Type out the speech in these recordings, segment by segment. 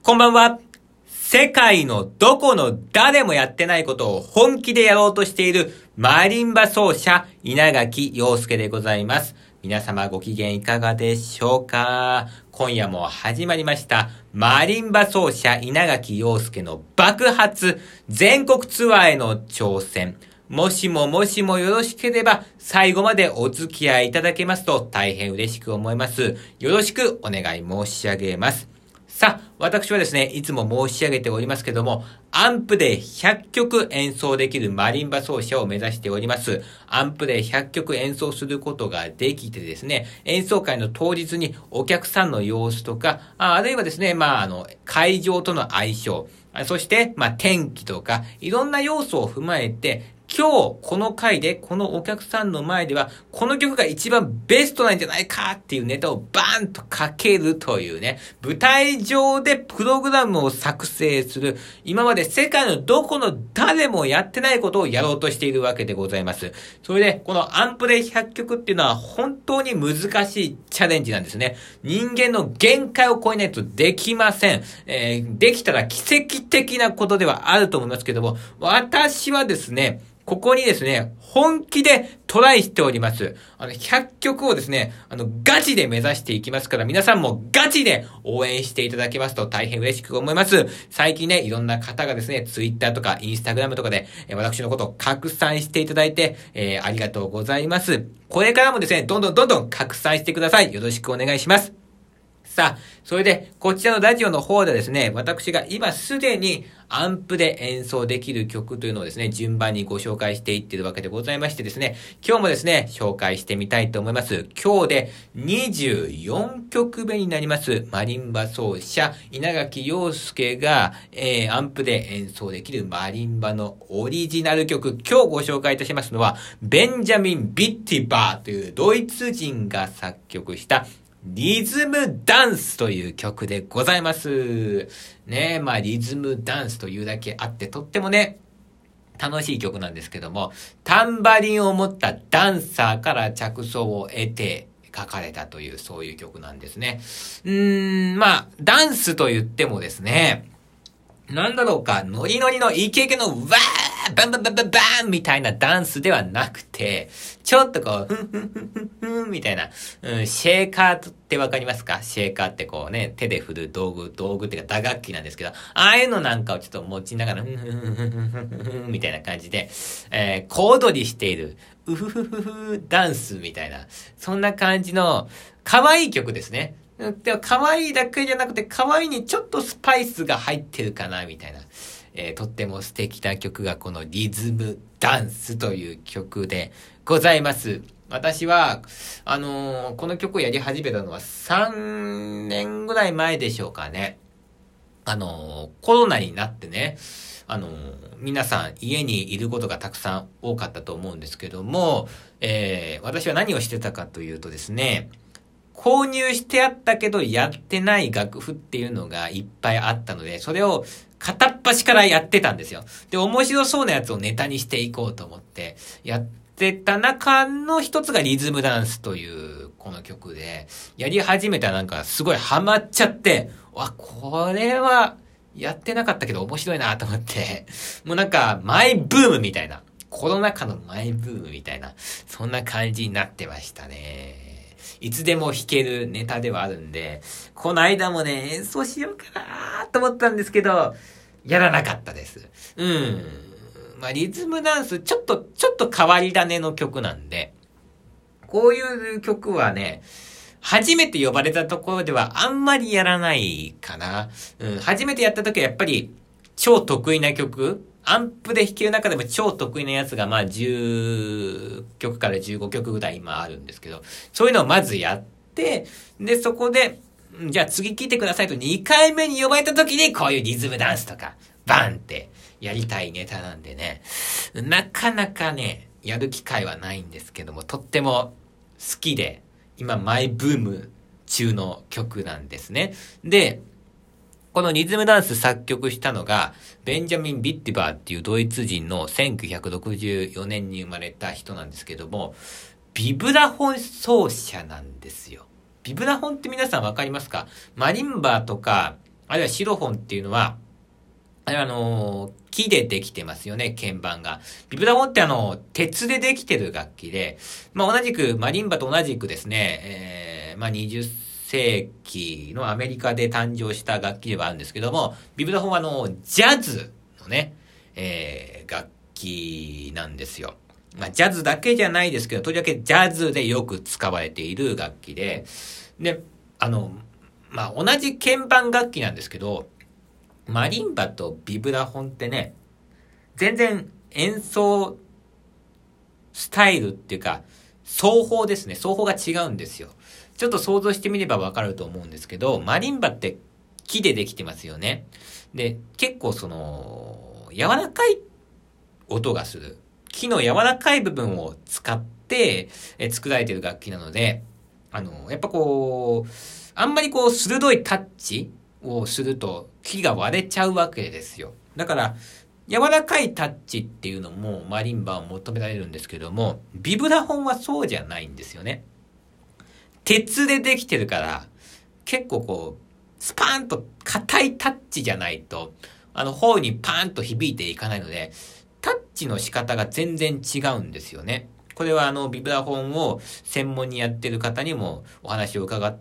こんばんは。世界のどこの誰もやってないことを本気でやろうとしているマリンバ奏者稲垣陽介でございます。皆様ご機嫌いかがでしょうか？今夜も始まりましたマリンバ奏者稲垣陽介の爆発全国ツアーへの挑戦。もしもよろしければ最後までお付き合いいただけますと大変嬉しく思います。よろしくお願い申し上げます。さあ、私はですね、いつも申し上げておりますけども、アンプで100曲演奏できるマリンバ奏者を目指しております。アンプで100曲演奏することができてですね、演奏会の当日にお客さんの様子とか、あるいはですね、会場との相性、そして、天気とか、いろんな要素を踏まえて、今日、この回で、このお客さんの前では、この曲が一番ベストなんじゃないかっていうネタをバーンとかけるというね、舞台上でプログラムを作成する、今まで世界のどこの誰もやってないことをやろうとしているわけでございます。それで、このアンプで100曲っていうのは本当に難しいチャレンジなんですね。人間の限界を超えないとできません。できたら奇跡的なことではあると思いますけども、私はですね、ここにですね、本気でトライしております。100曲をですね、ガチで目指していきますから、皆さんもガチで応援していただけますと大変嬉しく思います。最近ね、いろんな方がですね、Twitter とか Instagram とかで、私のことを拡散していただいて、ありがとうございます。これからもですね、どんどん拡散してください。よろしくお願いします。さあ、それで、こちらのラジオの方でですね、私が今すでにアンプで演奏できる曲というのをですね、順番にご紹介していっているわけでございましてですね、今日もですね、紹介してみたいと思います。今日で24曲目になります、マリンバ奏者、稲垣陽介が、アンプで演奏できるマリンバのオリジナル曲、今日ご紹介いたしますのは、ベンジャミン・ビッティバーというドイツ人が作曲したリズムダンスという曲でございます。ねえ、リズムダンスというだけあって、とってもね、楽しい曲なんですけども、タンバリンを持ったダンサーから着想を得て書かれたという、そういう曲なんですね。ダンスと言ってもですね、なんだろうか、ノリノリのイケイケのワーバンバンバンバンバンみたいなダンスではなくて、ちょっとこう、ふんみたいな、シェーカーってわかりますか？シェーカーってこうね、手で振る道具っていうか打楽器なんですけど、ああいうのなんかをちょっと持ちながら、みたいな感じで、小躍りしている、ダンスみたいな、そんな感じの、可愛い曲ですね。でも可愛いだけじゃなくて可愛いにちょっとスパイスが入ってるかなみたいな、とっても素敵な曲がこのリズムダンスという曲でございます。私はこの曲をやり始めたのは3年ぐらい前でしょうかね。コロナになってね、皆さん家にいることがたくさん多かったと思うんですけども、私は何をしてたかというとですね、購入してあったけどやってない楽譜っていうのがいっぱいあったので、それを片っ端からやってたんですよ。で、面白そうなやつをネタにしていこうと思ってやってた中の一つがリズムダンスというこの曲で、やり始めたらなんかすごいハマっちゃって、これはやってなかったけど面白いなと思って、もうなんかマイブームみたいな、コロナ禍のマイブームみたいな、そんな感じになってましたね。いつでも弾けるネタではあるんで、この間もね、演奏しようかなと思ったんですけど、やらなかったです。リズムダンス、ちょっと変わり種の曲なんで、こういう曲はね、初めて呼ばれたところではあんまりやらないかな。初めてやった時はやっぱり超得意な曲、アンプで弾ける中でも超得意なやつが10曲から15曲ぐらい今あるんですけど、そういうのをまずやって、で、そこで、じゃあ次聴いてくださいと2回目に呼ばれた時にこういうリズムダンスとか、バンってやりたいネタなんでね、なかなかね、やる機会はないんですけども、とっても好きで、今マイブーム中の曲なんですね。で、このリズムダンス作曲したのが、ベンジャミン・ビッティバーっていうドイツ人の1964年に生まれた人なんですけども、ビブラフォン奏者なんですよ。ビブラフォンって皆さんわかりますか？マリンバとか、 あるいはシロフォンっていうのは、木でできてますよね、鍵盤が。ビブラフォンって鉄でできてる楽器で、同じく、マリンバと同じくですね、20世紀のアメリカで誕生した楽器ではあるんですけども、ビブラフォンはジャズのね、楽器なんですよ。ジャズだけじゃないですけど、とりわけジャズでよく使われている楽器で、で、同じ鍵盤楽器なんですけど、マリンバとビブラフォンってね、全然演奏スタイルっていうか、奏法ですね。奏法が違うんですよ。ちょっと想像してみればわかると思うんですけど、マリンバって木でできてますよね。で、結構柔らかい音がする。木の柔らかい部分を使って作られている楽器なので、やっぱあんまり鋭いタッチをすると木が割れちゃうわけですよ。だから、柔らかいタッチっていうのもマリンバは求められるんですけども、ビブラフォンはそうじゃないんですよね。鉄でできてるから、結構スパーンと硬いタッチじゃないと、頬にパーンと響いていかないので、タッチの仕方が全然違うんですよね。これはビブラフォンを専門にやってる方にもお話を伺って、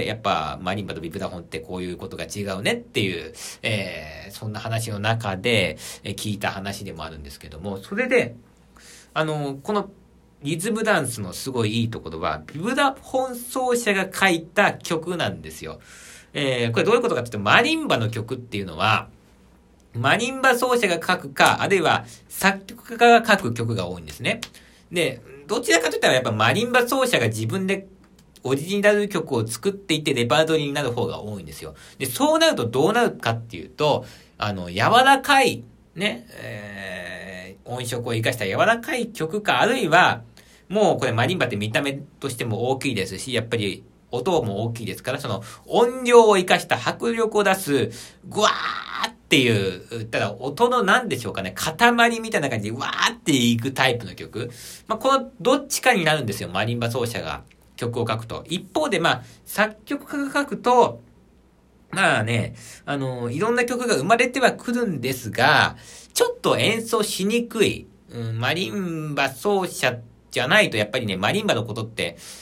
やっぱマリンバとビブラフォンってこういうことが違うねっていう、そんな話の中で聞いた話でもあるんですけども、それで、このリズムダンスのすごいいいところは、ビブラフォン奏者が書いた曲なんですよ。これどういうことかっていうと、マリンバの曲っていうのは、マリンバ奏者が書くか、あるいは作曲家が書く曲が多いんですね。で、どちらかといったらやっぱマリンバ奏者が自分でオリジナル曲を作っていってレパートリーになる方が多いんですよ。で、そうなるとどうなるかっていうと、柔らかい、ね、音色を活かした柔らかい曲か、あるいは、もうこれマリンバって見た目としても大きいですし、やっぱり音も大きいですから、その音量を活かした迫力を出す、グワーっていう、ただ音の何でしょうかね、塊みたいな感じでわーっていくタイプの曲。このどっちかになるんですよ、マリンバ奏者が曲を書くと。一方で作曲家が書くと、いろんな曲が生まれてはくるんですが、ちょっと演奏しにくい。マリンバ奏者じゃないとやっぱりね、マリンバのことって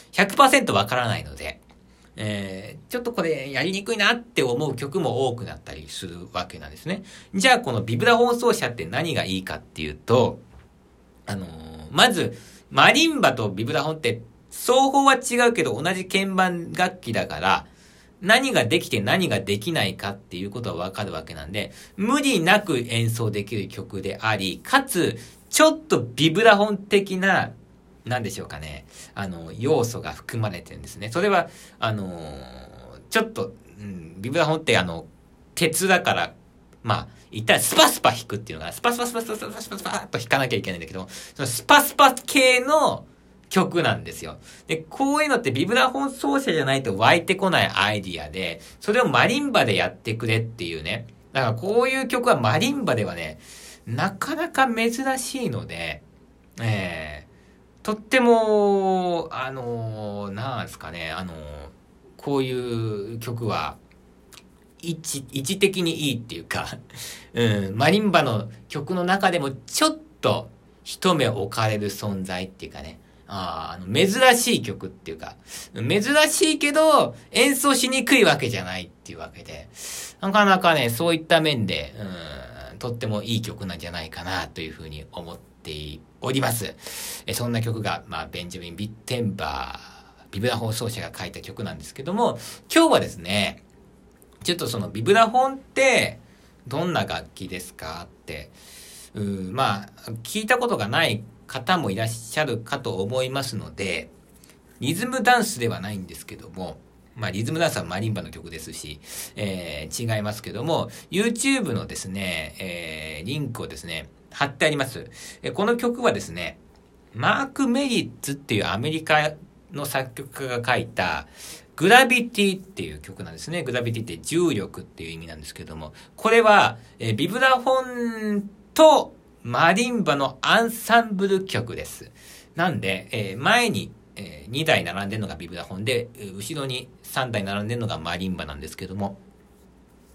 100% わからないので、ちょっとこれやりにくいなって思う曲も多くなったりするわけなんですね。じゃあこのビブラフォン奏者って何がいいかっていうと、まず、マリンバとビブラフォンって奏法は違うけど同じ鍵盤楽器だから、何ができて何ができないかっていうことはわかるわけなんで、無理なく演奏できる曲であり、かつ、ちょっとビブラフォン的な、なんでしょうかね、要素が含まれてるんですね。それは、ちょっと、ビブラフォンって鉄だから、一旦スパスパ弾くっていうのが、スパスパスパスパスパスパスパスと弾かなきゃいけないんだけど、そのスパスパ系の曲なんですよ。で、こういうのってビブラフォン奏者じゃないと湧いてこないアイディアで、それをマリンバでやってくれっていうね。だからこういう曲はマリンバではね、なかなか珍しいので、とっても、なんですかね、こういう曲は、位置的にいいっていうか、マリンバの曲の中でもちょっと一目置かれる存在っていうかね、珍しい曲っていうか、珍しいけど演奏しにくいわけじゃないっていうわけで、なかなかね、そういった面で、とってもいい曲なんじゃないかなというふうに思っております。そんな曲が、ベンジャミン・ビッテンバー、ビブラフォン奏者が書いた曲なんですけども、今日はですね、ちょっとそのビブラフォンってどんな楽器ですかって、聞いたことがない方もいらっしゃるかと思いますので、リズムダンスではないんですけども、リズムダンスはマリンバの曲ですし、違いますけども、YouTube のですね、リンクをですね、貼ってあります。この曲はですね、マーク・メリッツっていうアメリカの作曲家が書いた、グラビティっていう曲なんですね。グラビティって重力っていう意味なんですけども、これは、ビブラフォンとマリンバのアンサンブル曲です。なんで、前に、2台並んでるのがビブラフォンで、後ろに3台並んでるのがマリンバなんですけども、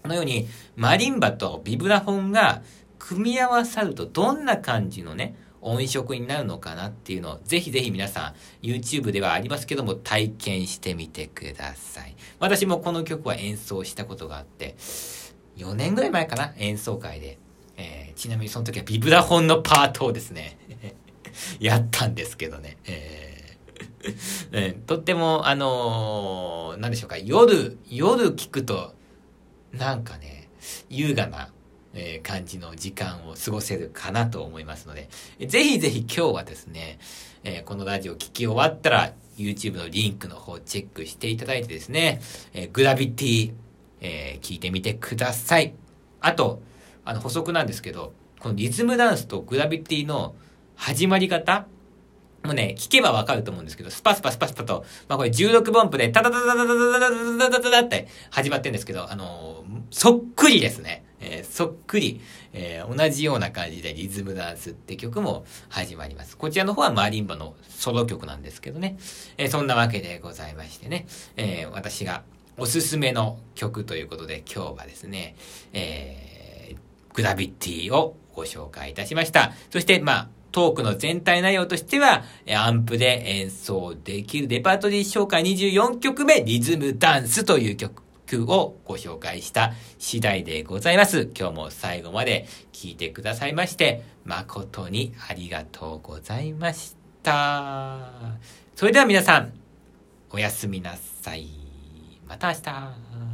このようにマリンバとビブラフォンが組み合わさるとどんな感じのね、音色になるのかなっていうのをぜひぜひ皆さん YouTube ではありますけども体験してみてください。私もこの曲は演奏したことがあって4年ぐらい前かな、演奏会で、ちなみにその時はビブラフォンのパートをですねやったんですけどね、とってもなんでしょうか、夜聞くとなんかね優雅な感じの時間を過ごせるかなと思いますので、ぜひぜひ今日はですね、このラジオ聞き終わったら YouTube のリンクの方チェックしていただいてですね、グラビティ、聞いてみてください。あと、補足なんですけど、このリズムダンスとグラビティの始まり方もうね、聞けばわかると思うんですけど、スパスパスパスパと、これ16分音符でタタタタタタタタタタタタって始まってるんですけど、そっくりですね。そっくり、同じような感じでリズムダンスって曲も始まります。こちらの方はマリンバのソロ曲なんですけどね。そんなわけでございましてね。私がおすすめの曲ということで今日はですね、グラビティをご紹介いたしました。そしてトークの全体内容としては、アンプで演奏できるレパートリー紹介24曲目、リズムダンスという曲をご紹介した次第でございます。今日も最後まで聞いてくださいまして、誠にありがとうございました。それでは皆さん、おやすみなさい。また明日。